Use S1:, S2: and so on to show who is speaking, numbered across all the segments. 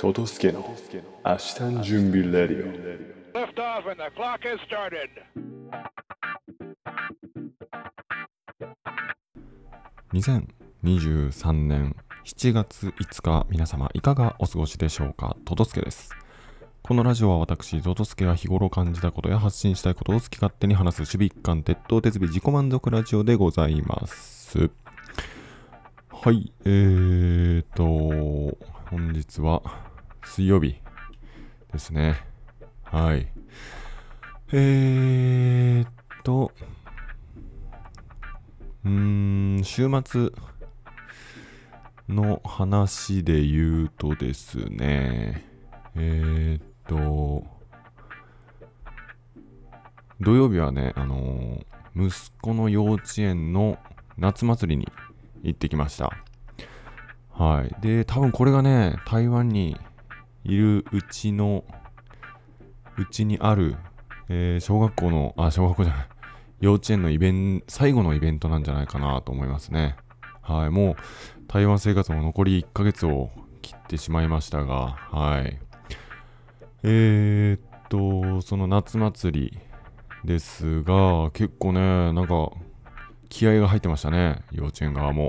S1: トトスケの明日の準備レディオ。
S2: Lift off and the clock has started.
S3: 2023年7月5日、皆様いかがお過ごしでしょうか。トトスケです。このラジオは私トトスケが日頃感じたことや発信したいことを好き勝手に話す守備一貫鉄頭鉄尾自己満足ラジオでございます。はい、本日は水曜日ですね。はい。週末の話で言うとですね、土曜日はね、息子の幼稚園の夏祭りに行ってきました。はい。で、多分これがね、台湾にいるうちにある、小学校じゃない、幼稚園の最後のイベントなんじゃないかなと思いますね。はい。もう、台湾生活も残り1ヶ月を切ってしまいましたが、はい。その夏祭りですが、結構ね、なんか、気合が入ってましたね、幼稚園側も。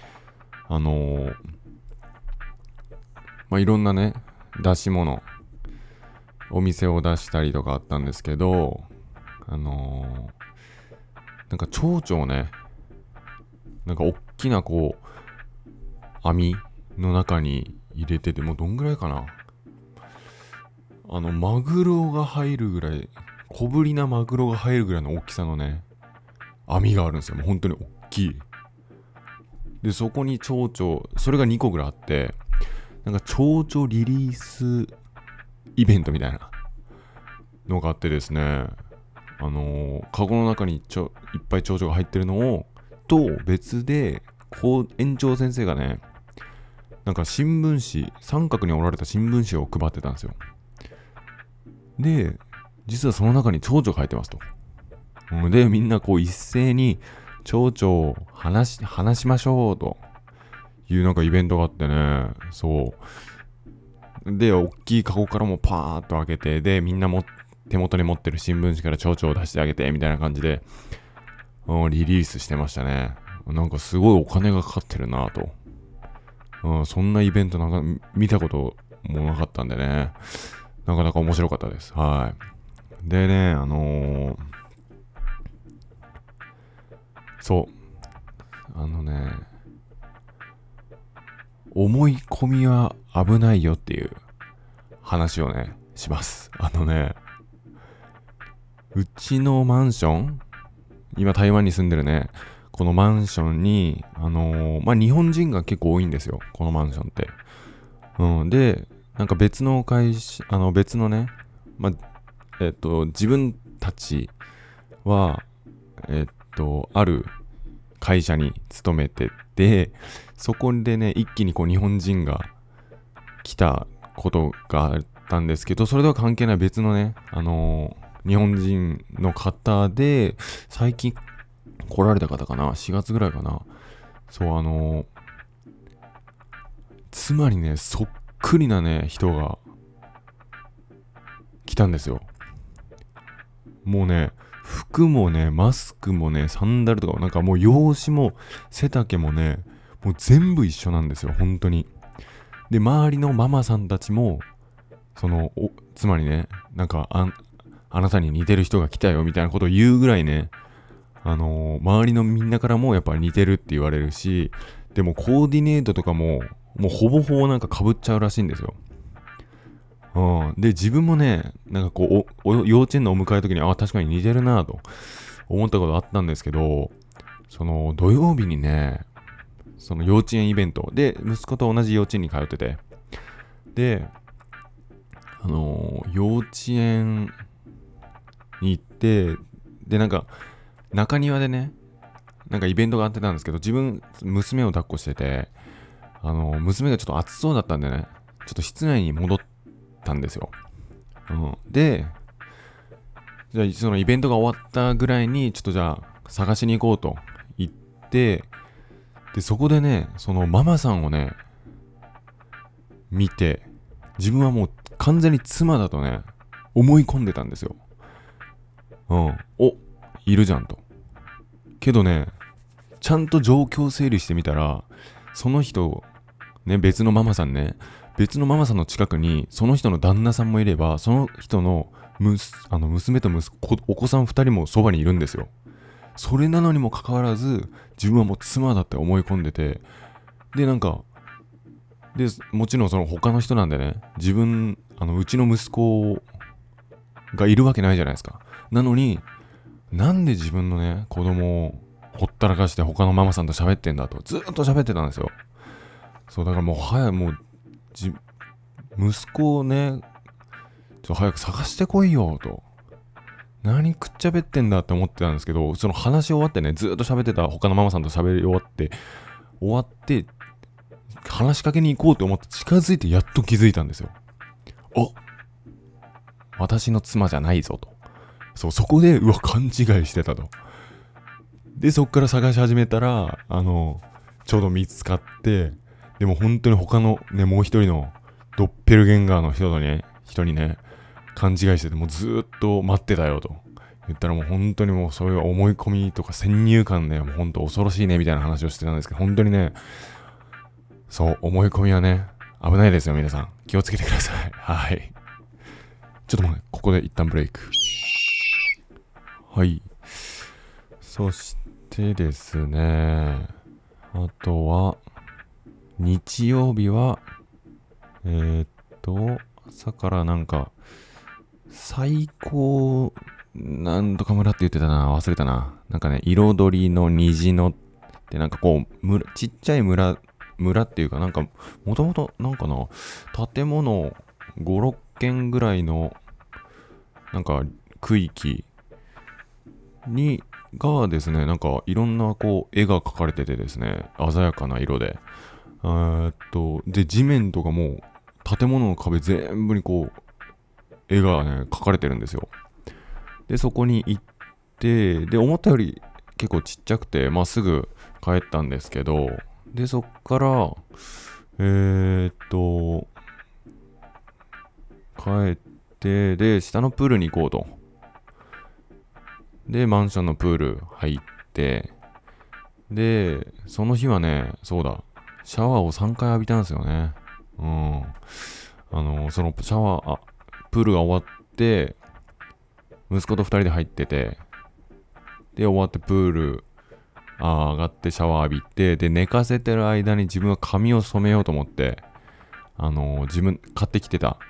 S3: いろんなね、出し物、お店を出したりとかあったんですけど、なんか蝶々をね、なんか大きなこう、網の中に入れてて、もうどんぐらいかな。マグロが入るぐらい、小ぶりなマグロが入るぐらいの大きさのね、網があるんですよ。もう本当に大きい。で、そこに蝶々、それが2個ぐらいあって、なんか蝶々リリースイベントみたいなのがあってですね、カゴの中にいっぱい蝶々が入ってるのを、と別で、園長先生がね、なんか新聞紙、三角に折られた新聞紙を配ってたんですよ。で、実はその中に蝶々が入ってますと。で、みんなこう一斉に蝶々を話しましょうというなんかイベントがあってね、そう。で、大きいカゴからもパーッと開けて、で、みんな手元に持ってる新聞紙から蝶々を出してあげて、みたいな感じで、リリースしてましたね。なんかすごいお金がかかってるなと。そんなイベントなんか見たこともなかったんでね、なかなか面白かったです。はい。でね、そう。思い込みは危ないよっていう話をね、します。うちのマンション、今台湾に住んでるね、このマンションに、日本人が結構多いんですよ、このマンションって。で、なんか別のね、自分たちは、ある会社に勤めてて、そこでね、一気にこう日本人が来たことがあったんですけど、それとは関係ない別のね、日本人の方で、最近来られた方かな、4月ぐらいかな。そう、つまりね、そっくりなね、人が来たんですよ。もうね、服もね、マスクもね、サンダルとか、なんかもう容姿も背丈もね、もう全部一緒なんですよ、本当に。で、周りのママさんたちも、つまりね、なんかあなたに似てる人が来たよみたいなことを言うぐらいね、周りのみんなからもやっぱり似てるって言われるし、でもコーディネートとかも、もうほぼほぼなんか被っちゃうらしいんですよ。で、自分もね、なんかこう、幼稚園のお迎えの時に、確かに似てるなと思ったことあったんですけど、その土曜日にね、その幼稚園イベントで、息子と同じ幼稚園に通ってて、で、幼稚園に行って、で、なんか、中庭でね、なんかイベントがあってたんですけど、娘を抱っこしてて、娘がちょっと暑そうだったんでね、ちょっと室内に戻ったんですよ。で、じゃあそのイベントが終わったぐらいに、ちょっとじゃあ探しに行こうと言って、で、そこでね、そのママさんをね、見て、 自分はもう完全に妻だとね、思い込んでたんですよ。いるじゃんと。けどね、ちゃんと状況整理してみたら、その人、ね、別のママさんの近くに、その人の旦那さんもいれば、その人の娘とお子さん2人もそばにいるんですよ。それなのにもかかわらず、自分はもう妻だって思い込んでて、で、なんか、で、もちろんその他の人なんでね、うちの息子がいるわけないじゃないですか。なのに、なんで自分のね、子供をほったらかして他のママさんと喋ってんだと、ずーっと喋ってたんですよ。そう、だからもう息子をね、早く探してこいよと。何くっちゃべってんだって思ってたんですけど、その話し終わってね、ずーっと喋ってた他のママさんと喋り終わって、話しかけに行こうと思って近づいてやっと気づいたんですよ。私の妻じゃないぞと。そう、そこで、勘違いしてたと。で、そっから探し始めたら、ちょうど見つかって、でも本当に他のね、もう一人のドッペルゲンガーの人にね、勘違いしてて、もうずーっと待ってたよと。言ったらもう本当にもうそういう思い込みとか先入観ね、もう本当恐ろしいねみたいな話をしてたんですけど、本当にね、そう、思い込みはね、危ないですよ皆さん。気をつけてください。はい。ちょっともうね、ここで一旦ブレイク。はい。そしてですね、あとは、日曜日は、朝からなんか、最高、なんとか村って言ってたな、忘れたな。なんかね、彩りの虹のってなんかこう、ちっちゃい村っていうかなんか、もともとなんかな、建物5、6軒ぐらいの、なんか区域がですね、なんかいろんなこう絵が描かれててですね、鮮やかな色で、で、地面とかも建物の壁全部にこう、絵がね、描かれてるんですよ。で、そこに行って、で、思ったより結構ちっちゃくて、まあすぐ帰ったんですけど、で、そっから、帰って、で、下のプールに行こうと。で、マンションのプール入って、で、その日はね、そうだ、シャワーを3回浴びたんですよね。そのプールが終わって、息子と2人で入ってて、で、終わってプール、上がってシャワー浴びて、で、寝かせてる間に自分は髪を染めようと思って、自分買ってきてた、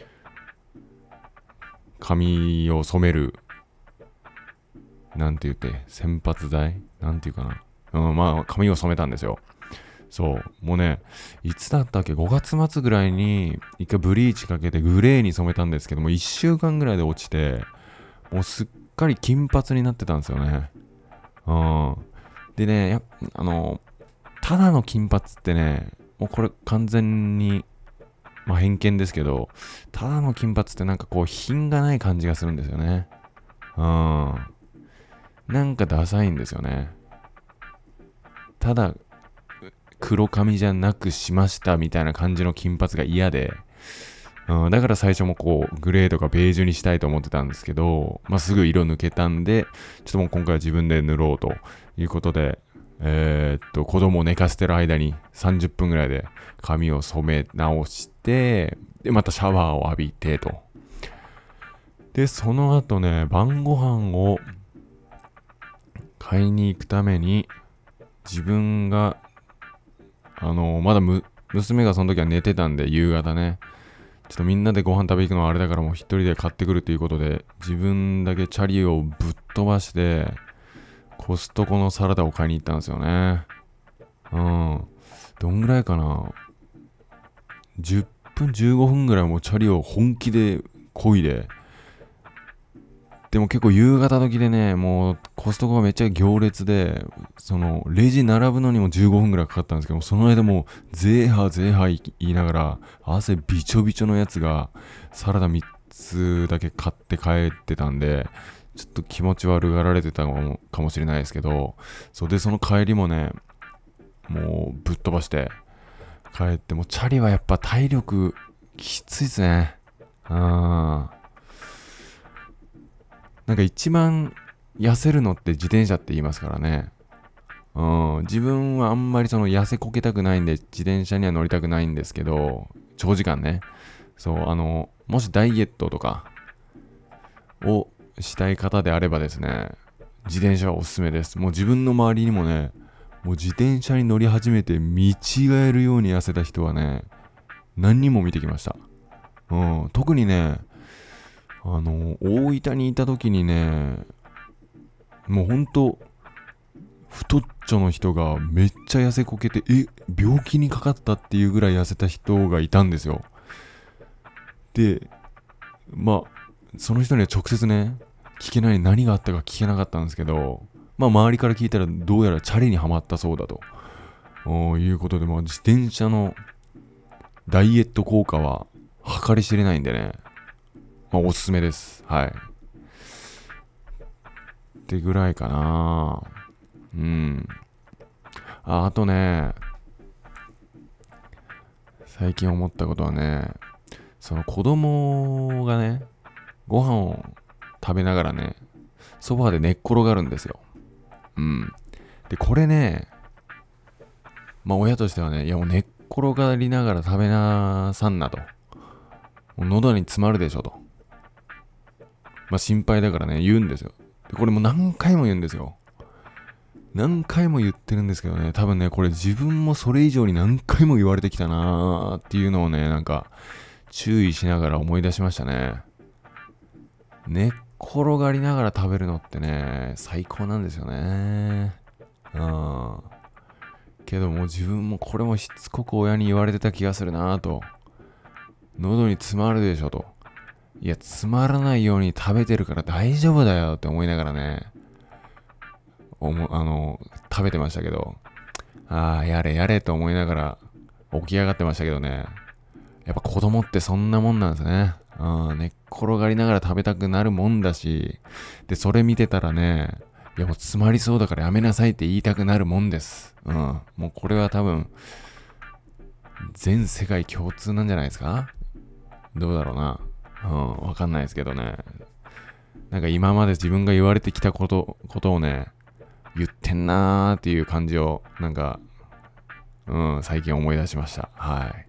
S3: 髪を染める、なんて言って、洗髪剤なんていうかな。まあ、髪を染めたんですよ。そう。もうね、いつだったっけ ?5 月末ぐらいに、一回ブリーチかけてグレーに染めたんですけども、1週間ぐらいで落ちて、もうすっかり金髪になってたんですよね。でね、ただの金髪ってね、もうこれ完全に、まあ偏見ですけど、ただの金髪ってなんかこう品がない感じがするんですよね。なんかダサいんですよね。ただ黒髪じゃなくしましたみたいな感じの金髪が嫌で、だから最初もこうグレーとかベージュにしたいと思ってたんですけど、まあ、すぐ色抜けたんで、ちょっともう今回は自分で塗ろうということで、子供を寝かせてる間に30分ぐらいで髪を染め直して、でまたシャワーを浴びてと。でその後ね、晩ご飯を買いに行くために、自分がまだ娘がその時は寝てたんで、夕方ね、ちょっとみんなでご飯食べ行くのはあれだから、もう一人で買ってくるということで、自分だけチャリをぶっ飛ばしてコストコのサラダを買いに行ったんですよね。どんぐらいかな、10分15分ぐらいもうチャリを本気で漕いで、でも結構夕方時でね、もうコストコがめっちゃ行列で、そのレジ並ぶのにも15分ぐらいかかったんですけど、その間もうゼーハー言いながら、汗びちょびちょのやつがサラダ3つだけ買って帰ってたんで、ちょっと気持ち悪がられてたのかもしれないですけど、そうで、その帰りもね、もうぶっ飛ばして帰って、もうチャリはやっぱ体力きついっすね。なんか一番痩せるのって自転車って言いますからね。自分はあんまりその痩せこけたくないんで自転車には乗りたくないんですけど、長時間ね。そう、もしダイエットとかをしたい方であればですね、自転車はおすすめです。もう自分の周りにもね、もう自転車に乗り始めて見違えるように痩せた人はね、何人も見てきました。特にね、大分にいた時にね、もうほんと、太っちょの人がめっちゃ痩せこけて、病気にかかったっていうぐらい痩せた人がいたんですよ。で、まあ、その人には直接ね、何があったか聞けなかったんですけど、まあ周りから聞いたらどうやらチャリにはまったそうだということで、まあ自転車のダイエット効果は計り知れないんでね、まあおすすめです。はい。ってぐらいかな。あとね、最近思ったことはね、その子供がね、ご飯を食べながらね、ソファーで寝っ転がるんですよ。で、これね、まあ親としてはね、いやもう寝っ転がりながら食べなさんなと。もう喉に詰まるでしょと。まあ心配だからね、言うんですよ。で、これもう何回も言うんですよ。何回も言ってるんですけどね、多分ね、これ自分もそれ以上に何回も言われてきたなーっていうのをね、なんか注意しながら思い出しましたね。寝っ転がりながら食べるのってね、最高なんですよね。けどもう自分もこれもしつこく親に言われてた気がするなーと。喉に詰まるでしょと。いや、詰まらないように食べてるから大丈夫だよって思いながらね、食べてましたけど、やれやれと思いながら起き上がってましたけどね、やっぱ子供ってそんなもんなんですね。寝っ転がりながら食べたくなるもんだし、で、それ見てたらね、いやもう詰まりそうだからやめなさいって言いたくなるもんです。もうこれは多分、全世界共通なんじゃないですか？どうだろうな。わかんないですけどね。なんか今まで自分が言われてきたことをね、言ってんなーっていう感じをなんか最近思い出しました。はい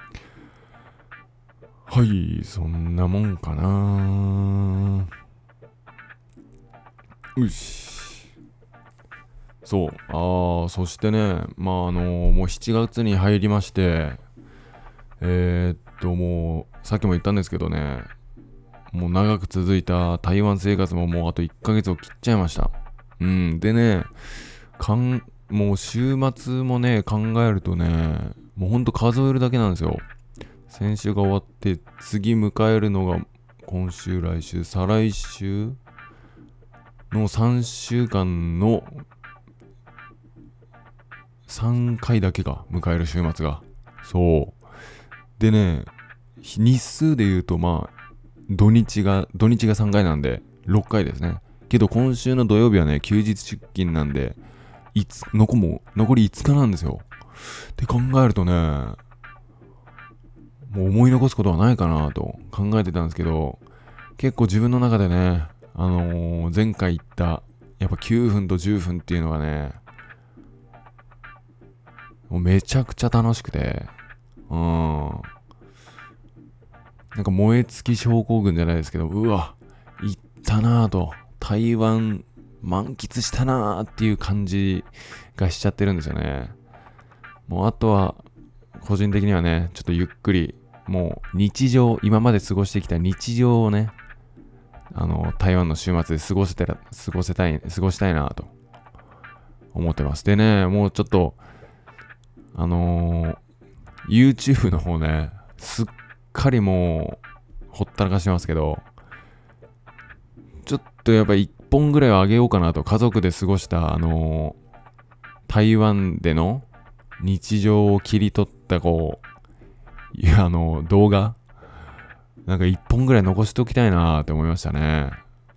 S3: そんなもんかな。よし。そうそしてね、もう7月に入りまして、もうさっきも言ったんですけどね、もう長く続いた台湾生活ももうあと1ヶ月を切っちゃいました。でね、もう週末もね、考えるとね、もうほんと数えるだけなんですよ。先週が終わって、次迎えるのが今週、来週、再来週の3週間の3回だけが迎える週末が。そう。でね、日数で言うとまあ、土日が3回なんで6回ですね。けど今週の土曜日はね、休日出勤なんで、残り5日なんですよ。って考えるとね、もう思い残すことはないかなと考えてたんですけど、結構自分の中でね、前回言ったやっぱ9分と10分っていうのがね、もうめちゃくちゃ楽しくて、なんか燃え尽き症候群じゃないですけど、うわ、行ったなぁと、台湾満喫したなーっていう感じがしちゃってるんですよね。もうあとは個人的にはね、ちょっとゆっくり、もう今まで過ごしてきた日常をね、台湾の週末で過ごしたいなと思ってます。でね、もうちょっとYouTube の方ね、すっかりもうほったらかしてますけど、ちょっとやっぱり1本ぐらいはあげようかなと、家族で過ごした台湾での日常を切り取った動画なんか1本ぐらい残しておきたいなって思いましたね。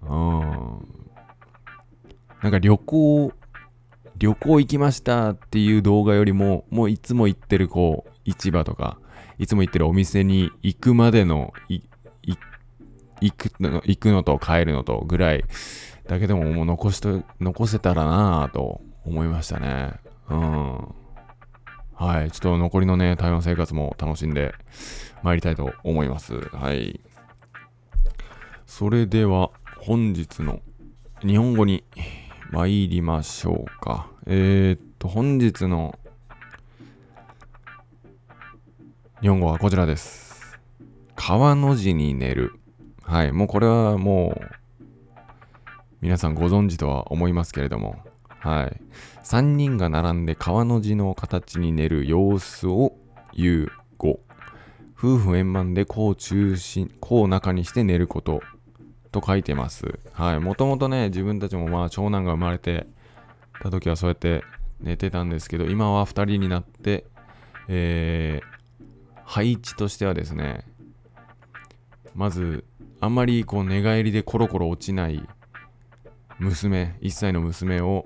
S3: なんか旅行行きましたっていう動画よりも、もういつも行ってる市場とかいつも行ってるお店に行くまでの行くのと帰るのとぐらいだけでももう残せたらなぁと思いましたね。はい、ちょっと残りのね、台湾生活も楽しんで参りたいと思います。はい。それでは本日の日本語に参りましょうか。本日の日本語はこちらです。川の字に寝る。はい、もうこれはもう皆さんご存知とは思いますけれども、はい。3人が並んで川の字の形に寝る様子を言う語。夫婦円満で子を中にして寝ることと書いてます。はい。もともとね、自分たちもまあ長男が生まれてた時はそうやって寝てたんですけど、今は2人になって、配置としてはですね、まずあんまりこう寝返りでコロコロ落ちない1歳の娘を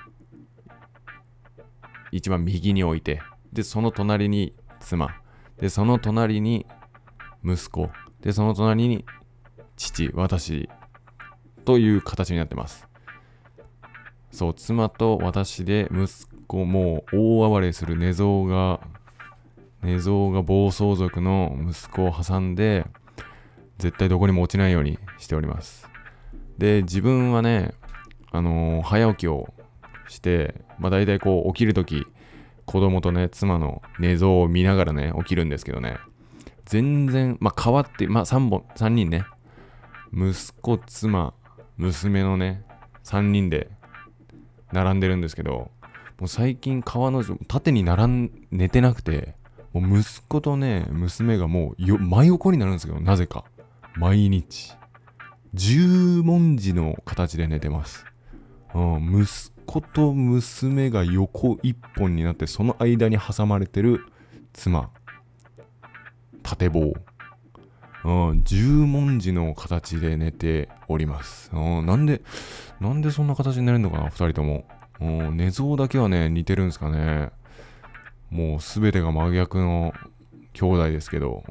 S3: 一番右に置いて、でその隣に妻で、その隣に息子で、その隣に私という形になってます。そう、妻と私で息子も大暴れする寝相が暴走族の息子を挟んで、絶対どこにも落ちないようにしております。で、自分はね、早起きをして、大体こう起きるとき、子供とね、妻の寝相を見ながらね、起きるんですけどね、全然、変わって、3人ね、息子、妻、娘のね、3人で並んでるんですけど、もう最近縦に寝てなくて、もう息子とね、娘がもう真横になるんですけど、なぜか。毎日。十文字の形で寝てます。息子と娘が横一本になって、その間に挟まれてる妻。縦棒。十文字の形で寝ております。なんでそんな形になれるのかな、二人とも。寝相だけはね、似てるんですかね。もうすべてが真逆の兄弟ですけど、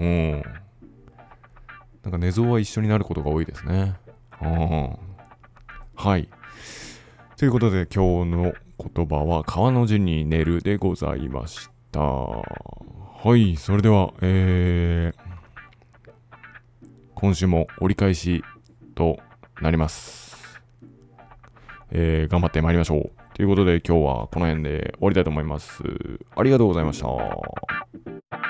S3: なんか寝相は一緒になることが多いですね。はい。ということで今日の言葉は川の字に寝るでございました。はい、それでは、今週も折り返しとなります。頑張ってまいりましょう。ということで今日はこの辺で終わりたいと思います。ありがとうございました。